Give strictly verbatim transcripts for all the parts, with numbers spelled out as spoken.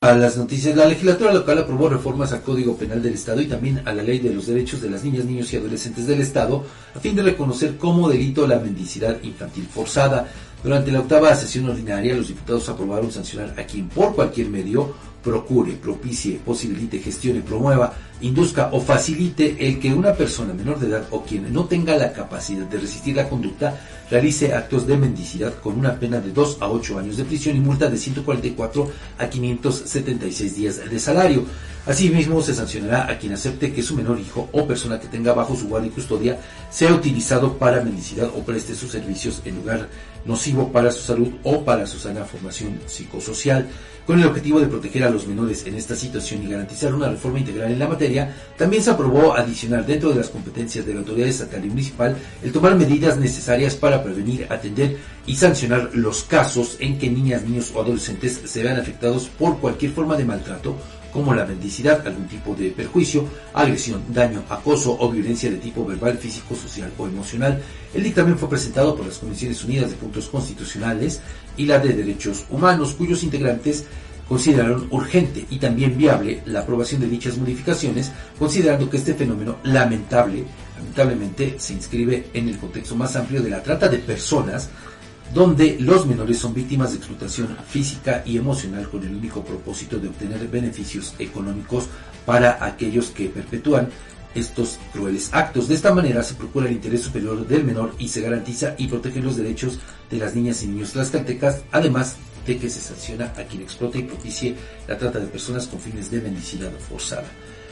a las noticias. La legislatura local aprobó reformas al Código Penal del Estado y también a la Ley de los Derechos de las Niñas, Niños y Adolescentes del Estado, a fin de reconocer como delito la mendicidad infantil forzada. Durante la octava sesión ordinaria, los diputados aprobaron sancionar a quien por cualquier medio procure, propicie, posibilite, gestione, promueva, induzca o facilite el que una persona menor de edad o quien no tenga la capacidad de resistir la conducta realice actos de mendicidad con una pena de dos a ocho años de prisión y multa de ciento cuarenta y cuatro a quinientos setenta y seis días de salario. Asimismo, se sancionará a quien acepte que su menor hijo o persona que tenga bajo su guardia y custodia sea utilizado para mendicidad o preste sus servicios en lugar nocivo para su salud o para su sana formación psicosocial. Con el objetivo de proteger a los menores en esta situación y garantizar una reforma integral en la materia, también se aprobó adicionar dentro de las competencias de la autoridad estatal y municipal el tomar medidas necesarias para prevenir, atender y sancionar los casos en que niñas, niños o adolescentes se vean afectados por cualquier forma de maltrato, como la mendicidad, algún tipo de perjuicio, agresión, daño, acoso o violencia de tipo verbal, físico, social o emocional. El dictamen fue presentado por las Comisiones Unidas de Puntos Constitucionales y la de Derechos Humanos, cuyos integrantes consideraron urgente y también viable la aprobación de dichas modificaciones, considerando que este fenómeno lamentable, lamentablemente se inscribe en el contexto más amplio de la trata de personas, donde los menores son víctimas de explotación física y emocional con el único propósito de obtener beneficios económicos para aquellos que perpetúan estos crueles actos. De esta manera se procura el interés superior del menor y se garantiza y protege los derechos de las niñas y niños tlaxcaltecas, además de que se sanciona a quien explote y propicie la trata de personas con fines de mendicidad forzada.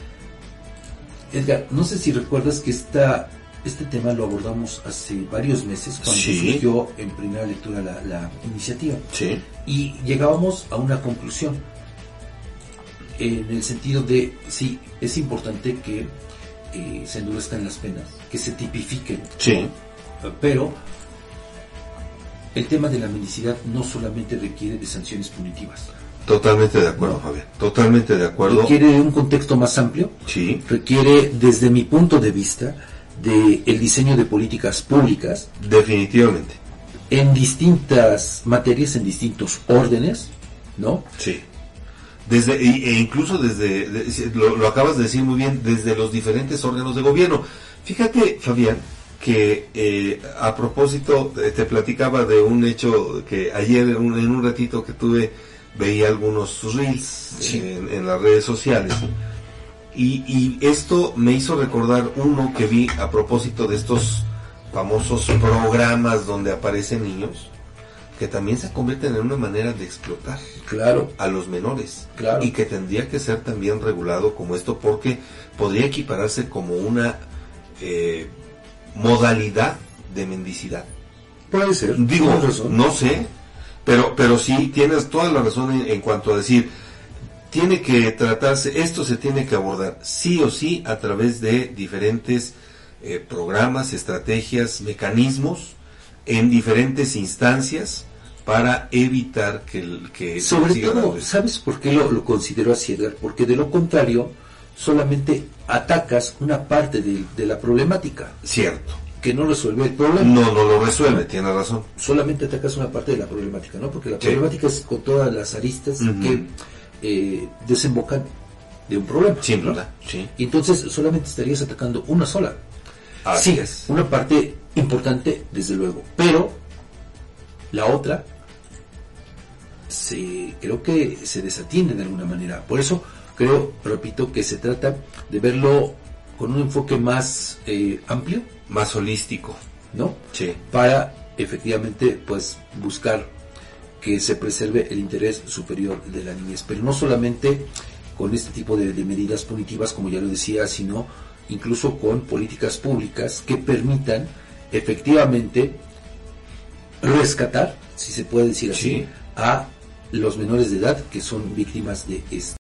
Edgar, no sé si recuerdas que esta Este tema lo abordamos hace varios meses cuando sí. surgió en primera lectura la, la iniciativa. Sí. Y llegábamos a una conclusión en el sentido de, sí, es importante que eh, se endurezcan las penas, que se tipifiquen. Sí. ¿no? Pero el tema de la mendicidad no solamente requiere de sanciones punitivas. Totalmente de acuerdo, no. Fabián. Totalmente de acuerdo. Requiere un contexto más amplio. Sí. Requiere, desde mi punto de vista, de el diseño de políticas públicas, definitivamente, en distintas materias, en distintos órdenes, ¿no? Sí. Desde e incluso desde de, lo, lo acabas de decir muy bien, desde los diferentes órganos de gobierno. Fíjate, Fabián, que eh, a propósito te platicaba de un hecho que ayer en un, en un ratito que tuve veía algunos reels sí. en, en las redes sociales. Y, y esto me hizo recordar uno que vi a propósito de estos famosos programas donde aparecen niños que también se convierten en una manera de explotar claro. a los menores claro. y que tendría que ser también regulado como esto porque podría equipararse como una eh, modalidad de mendicidad. Puede ser. Digo, no sé, pero, pero sí tienes toda la razón en, en cuanto a decir, tiene que tratarse, esto se tiene que abordar sí o sí a través de diferentes eh, programas, estrategias, mecanismos en diferentes instancias para evitar que el que sobre todo, dando. ¿Sabes por qué lo, lo considero así, Edgar? Porque de lo contrario solamente atacas una parte de, de la problemática. Cierto. Que no resuelve el problema. No, no lo resuelve, tiene razón. Solamente atacas una parte de la problemática, ¿no? Porque la sí. problemática es con todas las aristas uh-huh. que Eh, desembocan de un problema. Sin ¿no? duda, sí. Y entonces solamente estarías atacando una sola. Así sí, es. Una parte importante, desde luego, pero la otra se, creo que se desatiende de alguna manera. Por eso creo, repito, que se trata de verlo con un enfoque más eh, amplio, más holístico, ¿no? Sí. Para efectivamente, pues, buscar que se preserve el interés superior de la niñez, pero no solamente con este tipo de, de medidas punitivas, como ya lo decía, sino incluso con políticas públicas que permitan efectivamente rescatar, si se puede decir así, sí. a los menores de edad que son víctimas de esto.